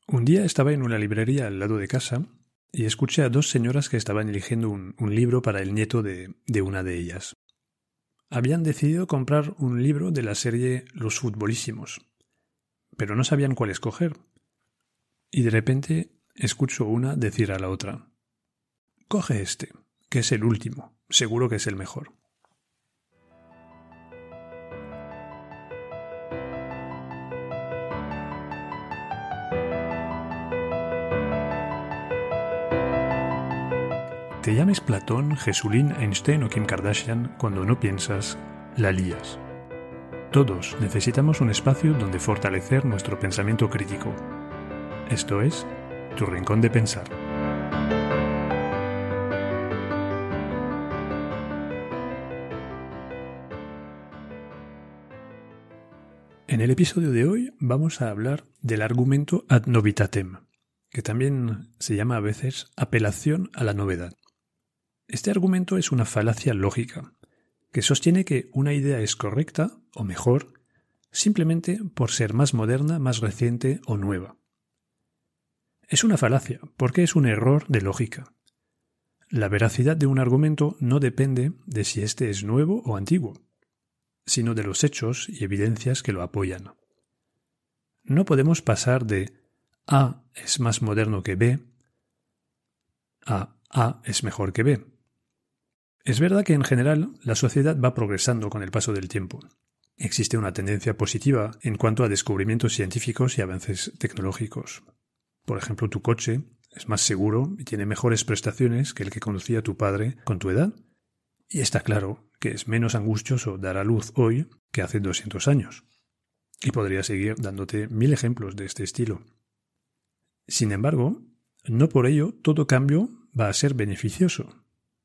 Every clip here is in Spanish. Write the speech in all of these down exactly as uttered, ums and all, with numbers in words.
Un día estaba en una librería al lado de casa y escuché a dos señoras que estaban eligiendo un, un libro para el nieto de, de una de ellas. Habían decidido comprar un libro de la serie Los Futbolísimos, pero no sabían cuál escoger. Y de repente escucho una decir a la otra: «Coge este, que es el último, seguro que es el mejor». Te llames Platón, Jesulín, Einstein o Kim Kardashian, cuando no piensas, la lías. Todos necesitamos un espacio donde fortalecer nuestro pensamiento crítico. Esto es Tu Rincón de Pensar. En el episodio de hoy vamos a hablar del argumento ad novitatem, que también se llama a veces apelación a la novedad. Este argumento es una falacia lógica, que sostiene que una idea es correcta, o mejor, simplemente por ser más moderna, más reciente o nueva. Es una falacia, porque es un error de lógica. La veracidad de un argumento no depende de si éste es nuevo o antiguo, sino de los hechos y evidencias que lo apoyan. No podemos pasar de A es más moderno que B a A es mejor que B. Es verdad que en general la sociedad va progresando con el paso del tiempo. Existe una tendencia positiva en cuanto a descubrimientos científicos y avances tecnológicos. Por ejemplo, tu coche es más seguro y tiene mejores prestaciones que el que conducía tu padre con tu edad. Y está claro que es menos angustioso dar a luz hoy que hace doscientos años. Y podría seguir dándote mil ejemplos de este estilo. Sin embargo, no por ello todo cambio va a ser beneficioso.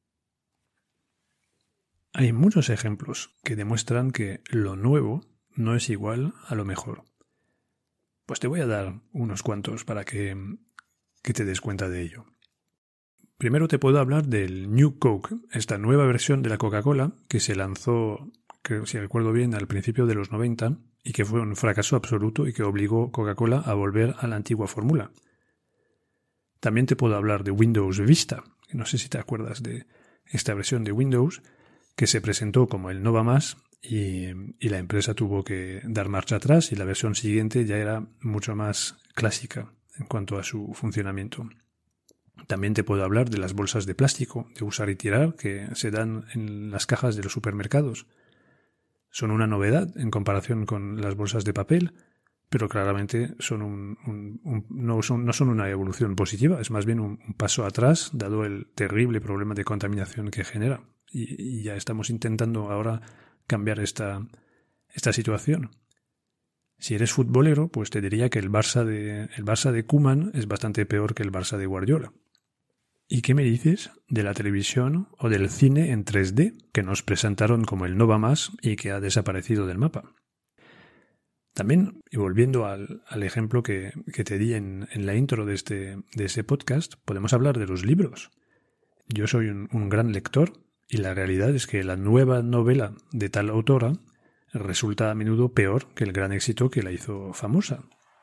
Hay muchos ejemplos que demuestran que lo nuevo no es igual a lo mejor. Pues te voy a dar unos cuantos para que, que te des cuenta de ello. Primero te puedo hablar del New Coke, esta nueva versión de la Coca-Cola que se lanzó, creo, si recuerdo bien, al principio de los noventa y que fue un fracaso absoluto y que obligó Coca-Cola a volver a la antigua fórmula. También te puedo hablar de Windows Vista, que no sé si te acuerdas de esta versión de Windows, que se presentó como el no va más y, y la empresa tuvo que dar marcha atrás y la versión siguiente ya era mucho más clásica en cuanto a su funcionamiento. También te puedo hablar de las bolsas de plástico de usar y tirar que se dan en las cajas de los supermercados. Son una novedad en comparación con las bolsas de papel, pero claramente son un, un, un, no, son, no son una evolución positiva, es más bien un, un paso atrás dado el terrible problema de contaminación que genera. Y, y ya estamos intentando ahora cambiar esta, esta situación. Si eres futbolero, pues te diría que el Barça de, el Barça de Koeman es bastante peor que el Barça de Guardiola. ¿Y qué me dices de la televisión o del cine en tres D que nos presentaron como el no va más y que ha desaparecido del mapa? También, y volviendo al, al ejemplo que, que te di en, en la intro de este, de ese podcast, podemos hablar de los libros. Yo soy un, un gran lector y la realidad es que la nueva novela de tal autora resulta a menudo peor que el gran éxito que la hizo famosa.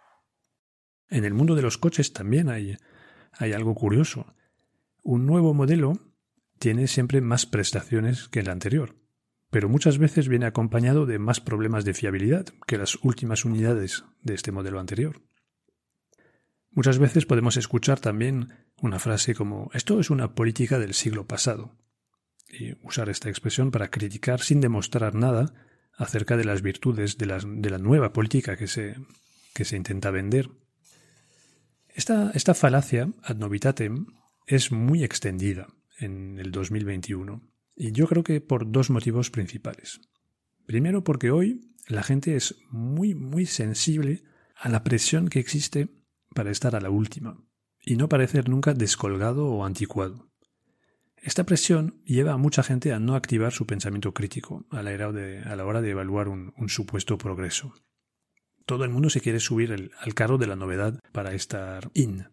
En el mundo de los coches también hay, hay algo curioso. Un nuevo modelo tiene siempre más prestaciones que el anterior, pero muchas veces viene acompañado de más problemas de fiabilidad que las últimas unidades de este modelo anterior. Muchas veces podemos escuchar también una frase como «esto es una política del siglo pasado» y usar esta expresión para criticar sin demostrar nada acerca de las virtudes de la, de la nueva política que se, que se intenta vender. Esta, esta falacia ad novitatem es muy extendida en el dos mil veintiuno y yo creo que por dos motivos principales. Primero, porque hoy la gente es muy, muy sensible a la presión que existe para estar a la última y no parecer nunca descolgado o anticuado. Esta presión lleva a mucha gente a no activar su pensamiento crítico a la hora de, a la hora de evaluar un, un supuesto progreso. Todo el mundo se quiere subir el, al carro de la novedad para estar in.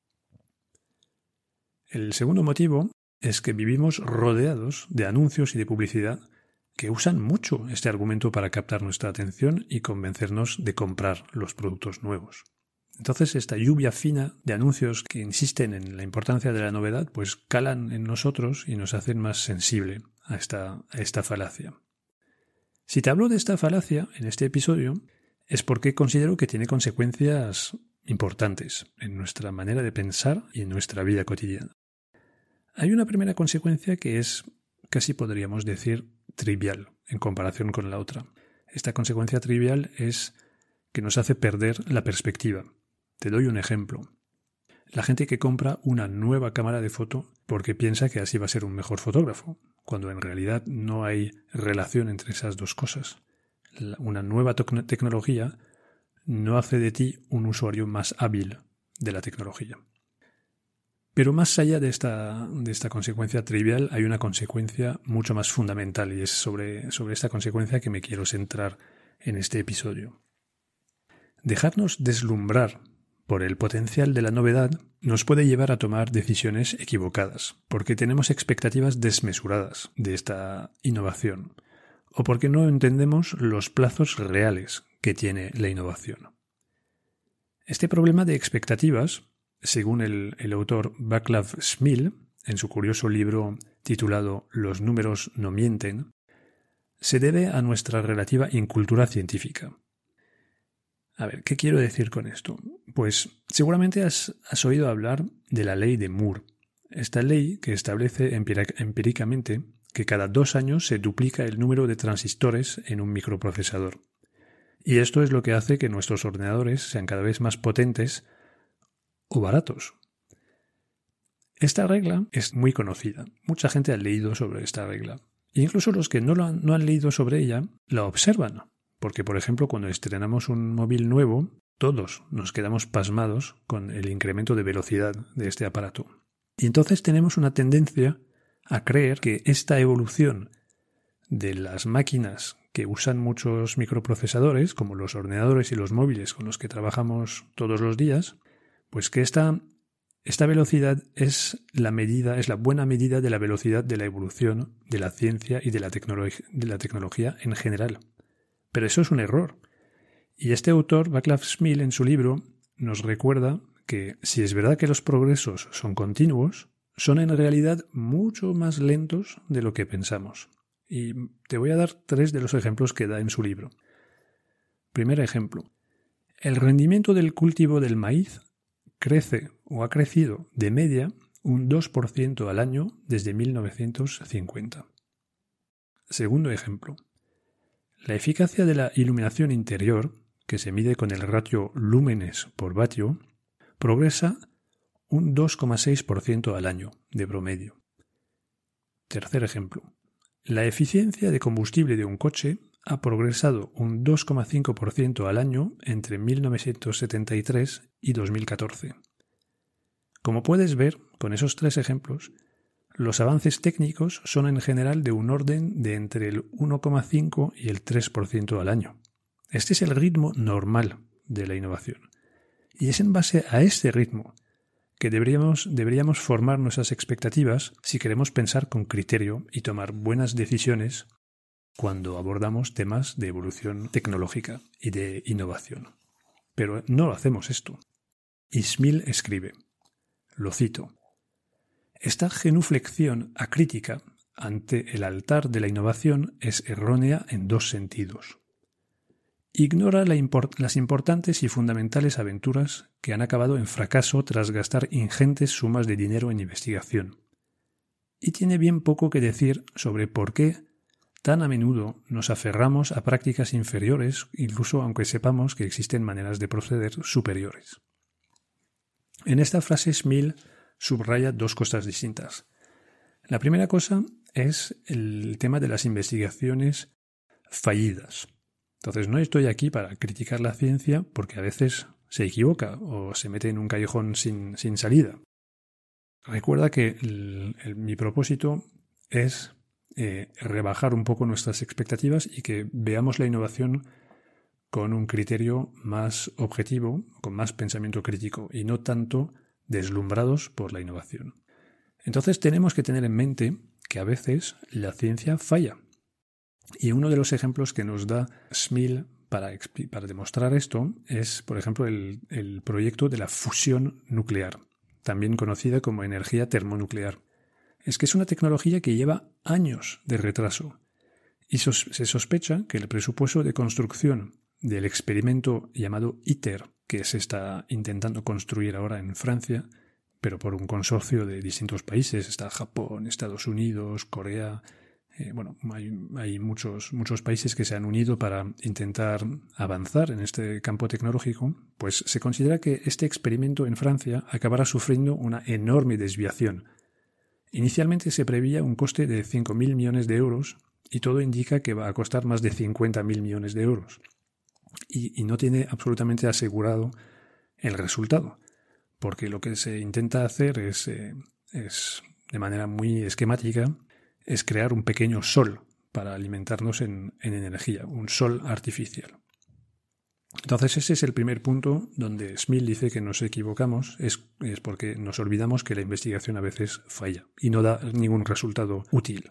El segundo motivo es que vivimos rodeados de anuncios y de publicidad que usan mucho este argumento para captar nuestra atención y convencernos de comprar los productos nuevos. Entonces esta lluvia fina de anuncios que insisten en la importancia de la novedad, pues calan en nosotros y nos hacen más sensible a esta, a esta falacia. Si te hablo de esta falacia en este episodio, es porque considero que tiene consecuencias importantes en nuestra manera de pensar y en nuestra vida cotidiana. Hay una primera consecuencia que es, casi podríamos decir, trivial en comparación con la otra. Esta consecuencia trivial es que nos hace perder la perspectiva. Te doy un ejemplo. La gente que compra una nueva cámara de foto porque piensa que así va a ser un mejor fotógrafo, cuando en realidad no hay relación entre esas dos cosas. Una nueva tec- tecnología no hace de ti un usuario más hábil de la tecnología. Pero más allá de esta, de esta consecuencia trivial hay una consecuencia mucho más fundamental y es sobre, sobre esta consecuencia que me quiero centrar en este episodio. Dejarnos deslumbrar por el potencial de la novedad nos puede llevar a tomar decisiones equivocadas, porque tenemos expectativas desmesuradas de esta innovación, o porque no entendemos los plazos reales que tiene la innovación. Este problema de expectativas, según el, el autor Václav Smil, en su curioso libro titulado Los números no mienten, se debe a nuestra relativa incultura científica. A ver, ¿qué quiero decir con esto? Pues seguramente has, has oído hablar de la ley de Moore. Esta ley que establece empíricamente que cada dos años se duplica el número de transistores en un microprocesador. Y esto es lo que hace que nuestros ordenadores sean cada vez más potentes o baratos. Esta regla es muy conocida. Mucha gente ha leído sobre esta regla. E incluso los que no, lo han, no han leído sobre ella la observan. Porque, por ejemplo, cuando estrenamos un móvil nuevo, todos nos quedamos pasmados con el incremento de velocidad de este aparato. Y entonces tenemos una tendencia a creer que esta evolución de las máquinas que usan muchos microprocesadores, como los ordenadores y los móviles con los que trabajamos todos los días, pues que esta, esta velocidad es la medida, es la buena medida de la velocidad de la evolución de la ciencia y de la, tecnolo- de la tecnología en general. Pero eso es un error. Y este autor, Václav Smil, en su libro, nos recuerda que si es verdad que los progresos son continuos, son en realidad mucho más lentos de lo que pensamos. Y te voy a dar tres de los ejemplos que da en su libro. Primer ejemplo. El rendimiento del cultivo del maíz crece o ha crecido de media un dos por ciento al año desde mil novecientos cincuenta. Segundo ejemplo. La eficacia de la iluminación interior, que se mide con el ratio lúmenes por vatio, progresa un dos coma seis por ciento al año, de promedio. Tercer ejemplo. La eficiencia de combustible de un coche ha progresado un dos coma cinco por ciento al año entre mil novecientos setenta y tres y dos mil catorce. Como puedes ver, con esos tres ejemplos, los avances técnicos son en general de un orden de entre el uno coma cinco y el tres por ciento al año. Este es el ritmo normal de la innovación. Y es en base a este ritmo que deberíamos, deberíamos formar nuestras expectativas si queremos pensar con criterio y tomar buenas decisiones cuando abordamos temas de evolución tecnológica y de innovación. Pero no lo hacemos esto. Smil escribe, lo cito, esta genuflexión acrítica ante el altar de la innovación es errónea en dos sentidos. Ignora la import- las importantes y fundamentales aventuras que han acabado en fracaso tras gastar ingentes sumas de dinero en investigación. Y tiene bien poco que decir sobre por qué tan a menudo nos aferramos a prácticas inferiores, incluso aunque sepamos que existen maneras de proceder superiores. En esta frase Smil subraya dos cosas distintas. La primera cosa es el tema de las investigaciones fallidas. Entonces no estoy aquí para criticar la ciencia porque a veces se equivoca o se mete en un callejón sin, sin salida. Recuerda que el, el, mi propósito es eh, rebajar un poco nuestras expectativas y que veamos la innovación con un criterio más objetivo, con más pensamiento crítico y no tanto deslumbrados por la innovación. Entonces tenemos que tener en mente que a veces la ciencia falla. Y uno de los ejemplos que nos da Smil para, para demostrar esto es, por ejemplo, el, el proyecto de la fusión nuclear, también conocida como energía termonuclear. Es que es una tecnología que lleva años de retraso y sos, se sospecha que el presupuesto de construcción del experimento llamado ITER, que se está intentando construir ahora en Francia, pero por un consorcio de distintos países, está Japón, Estados Unidos, Corea, eh, bueno, hay, hay muchos, muchos países que se han unido para intentar avanzar en este campo tecnológico, pues se considera que este experimento en Francia acabará sufriendo una enorme desviación. Inicialmente se preveía un coste de cinco mil millones de euros y todo indica que va a costar más de cincuenta mil millones de euros. Y, y no tiene absolutamente asegurado el resultado, porque lo que se intenta hacer es, eh, es, de manera muy esquemática, es crear un pequeño sol para alimentarnos en, en energía, un sol artificial. Entonces ese es el primer punto donde Smil dice que nos equivocamos, es, es porque nos olvidamos que la investigación a veces falla y no da ningún resultado útil.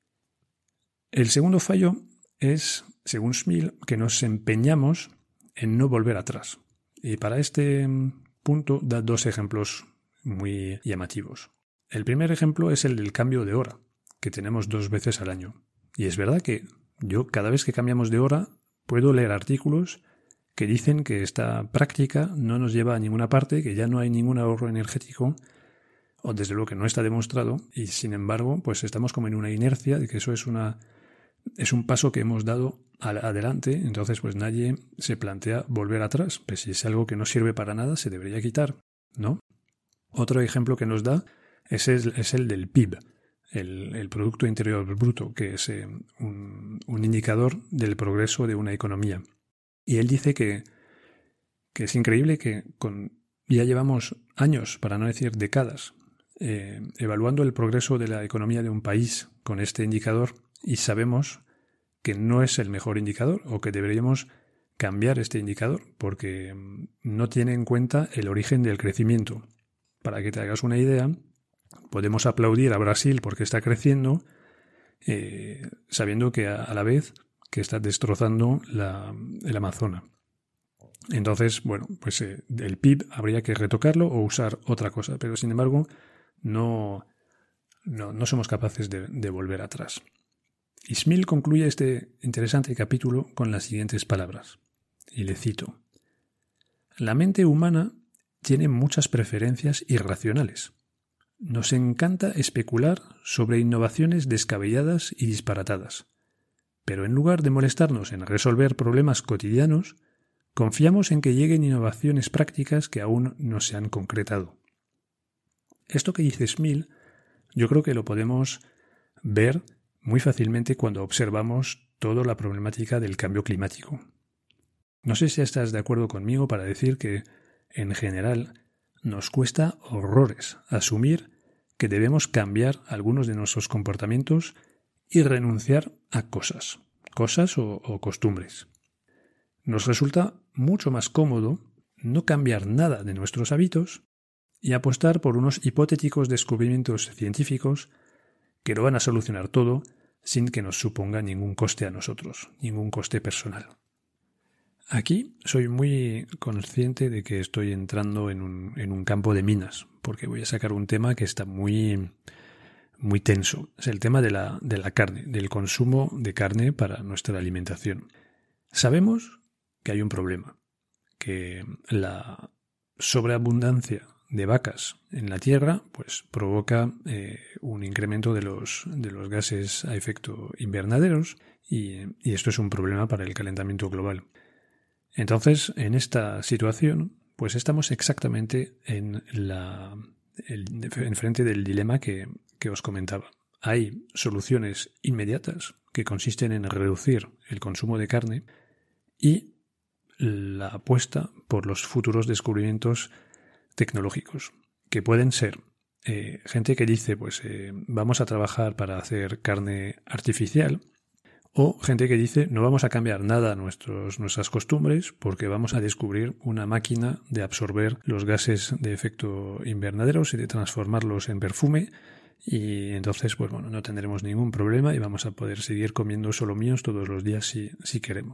El segundo fallo es, según Smil, que nos empeñamos en no volver atrás. Y para este punto da dos ejemplos muy llamativos. El primer ejemplo es el del cambio de hora, que tenemos dos veces al año. Y es verdad que yo cada vez que cambiamos de hora puedo leer artículos que dicen que esta práctica no nos lleva a ninguna parte, que ya no hay ningún ahorro energético, o desde luego que no está demostrado, y sin embargo pues estamos como en una inercia de que eso es una es un paso que hemos dado adelante, entonces pues nadie se plantea volver atrás, pues si es algo que no sirve para nada se debería quitar, ¿no? Otro ejemplo que nos da es el, es el del P I B, el, el Producto Interior Bruto, que es eh, un, un indicador del progreso de una economía. Y él dice que, que es increíble que con, ya llevamos años, para no decir décadas, eh, evaluando el progreso de la economía de un país con este indicador, y sabemos que no es el mejor indicador o que deberíamos cambiar este indicador porque no tiene en cuenta el origen del crecimiento. Para que te hagas una idea, podemos aplaudir a Brasil porque está creciendo, eh, sabiendo que a, a la vez que está destrozando la, el Amazonas. Entonces, bueno, pues eh, el P I B habría que retocarlo o usar otra cosa, pero sin embargo no, no, no somos capaces de, de volver atrás. Smil concluye este interesante capítulo con las siguientes palabras, y le cito: la mente humana tiene muchas preferencias irracionales. Nos encanta especular sobre innovaciones descabelladas y disparatadas, pero en lugar de molestarnos en resolver problemas cotidianos, confiamos en que lleguen innovaciones prácticas que aún no se han concretado. Esto que dice Smil, yo creo que lo podemos ver muy fácilmente cuando observamos toda la problemática del cambio climático. No sé si estás de acuerdo conmigo para decir que, en general, nos cuesta horrores asumir que debemos cambiar algunos de nuestros comportamientos y renunciar a cosas, cosas o, o costumbres. Nos resulta mucho más cómodo no cambiar nada de nuestros hábitos y apostar por unos hipotéticos descubrimientos científicos que lo van a solucionar todo sin que nos suponga ningún coste a nosotros, ningún coste personal. Aquí soy muy consciente de que estoy entrando en un, en un campo de minas, porque voy a sacar un tema que está muy, muy tenso. Es el tema de la, de la carne, del consumo de carne para nuestra alimentación. Sabemos que hay un problema, que la sobreabundancia de vacas en la tierra pues provoca eh, un incremento de los, de los gases a efecto invernaderos y, y esto es un problema para el calentamiento global. Entonces, en esta situación, pues estamos exactamente en la el, en frente del dilema que, que os comentaba. Hay soluciones inmediatas que consisten en reducir el consumo de carne y la apuesta por los futuros descubrimientos tecnológicos, que pueden ser eh, gente que dice, pues eh, vamos a trabajar para hacer carne artificial, o gente que dice, no vamos a cambiar nada nuestros, nuestras costumbres porque vamos a descubrir una máquina de absorber los gases de efecto invernaderos y de transformarlos en perfume y entonces pues bueno, no tendremos ningún problema y vamos a poder seguir comiendo solomillos todos los días si, si queremos.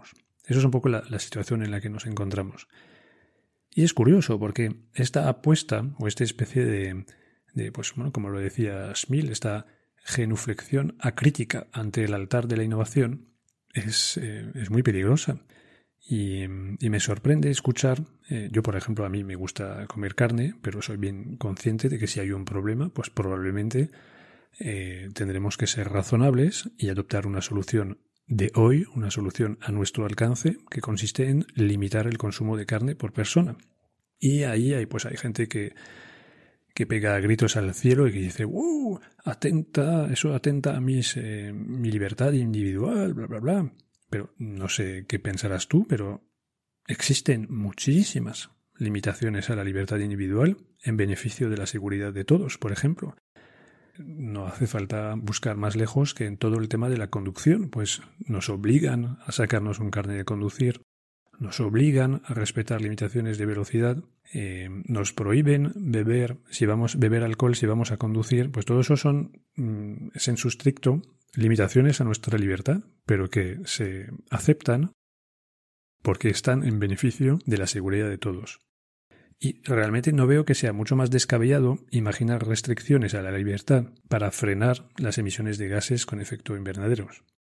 Eso es un poco la, la situación en la que nos encontramos. Y es curioso porque esta apuesta o esta especie de, de pues bueno, como lo decía Smil, esta genuflexión acrítica ante el altar de la innovación es, eh, es muy peligrosa. Y, y me sorprende escuchar, eh, yo por ejemplo a mí me gusta comer carne, pero soy bien consciente de que si hay un problema, pues probablemente eh, tendremos que ser razonables y adoptar una solución de hoy, una solución a nuestro alcance, que consiste en limitar el consumo de carne por persona. Y ahí hay, pues hay gente que, que pega gritos al cielo y que dice, ¡uh! Atenta, eso atenta a mis, eh, mi libertad individual, bla, bla, bla. Pero no sé qué pensarás tú, pero existen muchísimas limitaciones a la libertad individual en beneficio de la seguridad de todos, por ejemplo. No hace falta buscar más lejos que en todo el tema de la conducción, pues nos obligan a sacarnos un carnet de conducir, nos obligan a respetar limitaciones de velocidad, eh, nos prohíben beber, si vamos beber alcohol si vamos a conducir, pues todo eso son mm, sensu stricto limitaciones a nuestra libertad, pero que se aceptan porque están en beneficio de la seguridad de todos. Y realmente no veo que sea mucho más descabellado imaginar restricciones a la libertad para frenar las emisiones de gases con efecto invernaderos.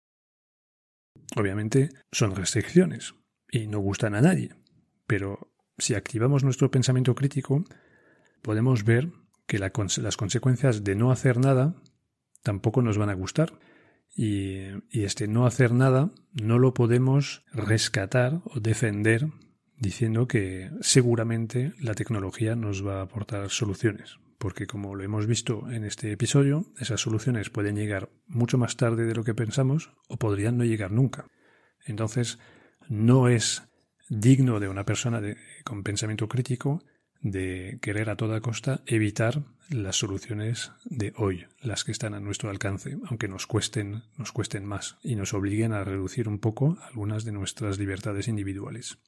Obviamente son restricciones y no gustan a nadie, pero si activamos nuestro pensamiento crítico podemos ver que la, las consecuencias de no hacer nada tampoco nos van a gustar. Y, y este no hacer nada no lo podemos rescatar o defender diciendo que seguramente la tecnología nos va a aportar soluciones. Porque como lo hemos visto en este episodio, esas soluciones pueden llegar mucho más tarde de lo que pensamos o podrían no llegar nunca. Entonces, no es digno de una persona de, con pensamiento crítico de querer a toda costa evitar las soluciones de hoy, las que están a nuestro alcance, aunque nos cuesten, nos cuesten más y nos obliguen a reducir un poco algunas de nuestras libertades individuales.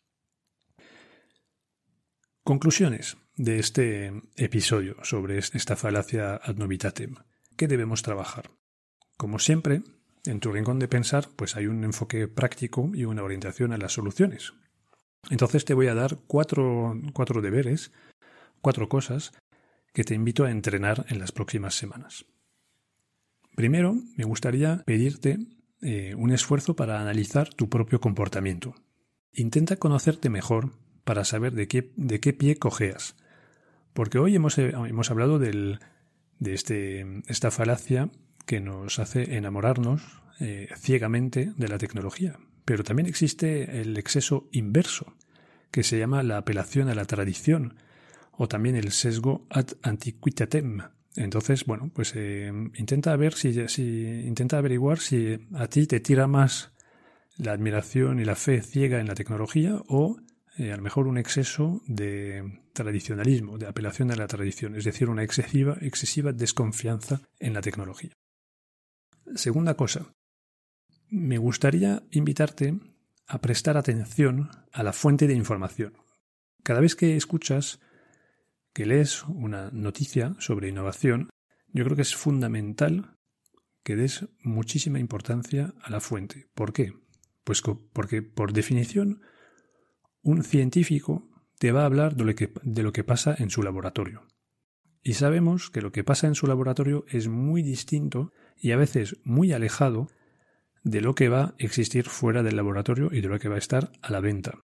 Conclusiones de este episodio sobre esta falacia ad novitatem. ¿Qué debemos trabajar? Como siempre, en tu rincón de pensar, pues hay un enfoque práctico y una orientación a las soluciones. Entonces te voy a dar cuatro, cuatro deberes, cuatro cosas que te invito a entrenar en las próximas semanas. Primero, me gustaría pedirte eh, un esfuerzo para analizar tu propio comportamiento. Intenta conocerte mejor para saber de qué, de qué pie cojeas. Porque hoy hemos, hemos hablado del, de este, esta falacia que nos hace enamorarnos eh, ciegamente de la tecnología. Pero también existe el exceso inverso, que se llama la apelación a la tradición, o también el sesgo ad antiquitatem. Entonces, bueno, pues eh, intenta ver si, si intenta averiguar si a ti te tira más la admiración y la fe ciega en la tecnología o eh, a lo mejor un exceso de tradicionalismo, de apelación a la tradición, es decir, una excesiva, excesiva desconfianza en la tecnología. Segunda cosa, me gustaría invitarte a prestar atención a la fuente de información. Cada vez que escuchas, que lees una noticia sobre innovación, yo creo que es fundamental que des muchísima importancia a la fuente. ¿Por qué? Pues porque, por definición, un científico te va a hablar de lo que, de lo que pasa en su laboratorio. Y sabemos que lo que pasa en su laboratorio es muy distinto y a veces muy alejado de lo que va a existir fuera del laboratorio y de lo que va a estar a la venta.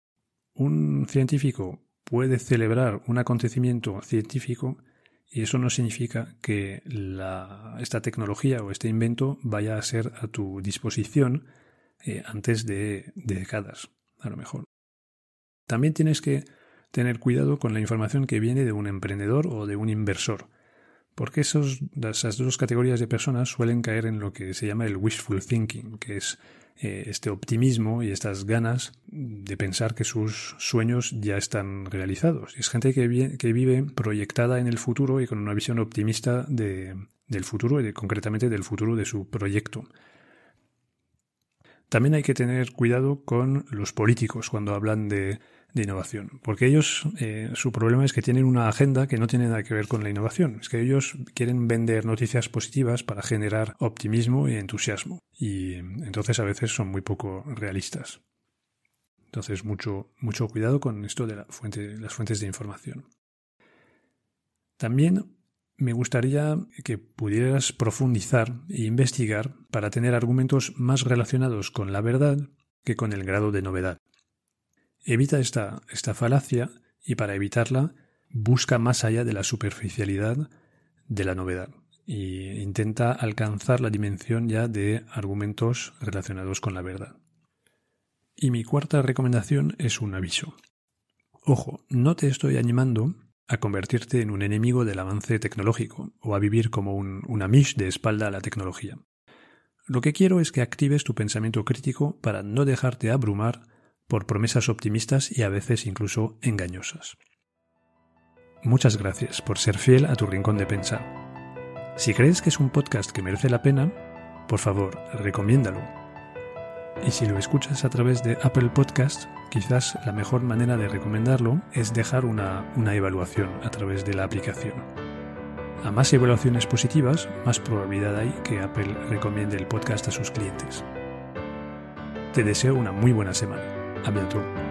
Un científico puede celebrar un acontecimiento científico y eso no significa que la, esta tecnología o este invento vaya a ser a tu disposición eh, antes de, de décadas, a lo mejor. También tienes que tener cuidado con la información que viene de un emprendedor o de un inversor, porque esos, esas dos categorías de personas suelen caer en lo que se llama el wishful thinking, que es eh, este optimismo y estas ganas de pensar que sus sueños ya están realizados. Es gente que, vi, que vive proyectada en el futuro y con una visión optimista de, del futuro y de, concretamente del futuro de su proyecto. También hay que tener cuidado con los políticos cuando hablan de, de innovación, porque ellos, eh, su problema es que tienen una agenda que no tiene nada que ver con la innovación. Es que ellos quieren vender noticias positivas para generar optimismo y entusiasmo, y entonces a veces son muy poco realistas. Entonces, mucho, mucho cuidado con esto de la fuente, las fuentes de información. También me gustaría que pudieras profundizar e investigar para tener argumentos más relacionados con la verdad que con el grado de novedad. Evita esta, esta falacia y para evitarla busca más allá de la superficialidad de la novedad e intenta alcanzar la dimensión ya de argumentos relacionados con la verdad. Y mi cuarta recomendación es un aviso. Ojo, no te estoy animando a convertirte en un enemigo del avance tecnológico o a vivir como un, un amish de espalda a la tecnología. Lo que quiero es que actives tu pensamiento crítico para no dejarte abrumar por promesas optimistas y a veces incluso engañosas. Muchas gracias por ser fiel a tu rincón de pensar. Si crees que es un podcast que merece la pena, por favor, recomiéndalo. Y si lo escuchas a través de Apple Podcasts, quizás la mejor manera de recomendarlo es dejar una, una evaluación a través de la aplicación. A más evaluaciones positivas, más probabilidad hay que Apple recomiende el podcast a sus clientes. Te deseo una muy buena semana. A bientôt.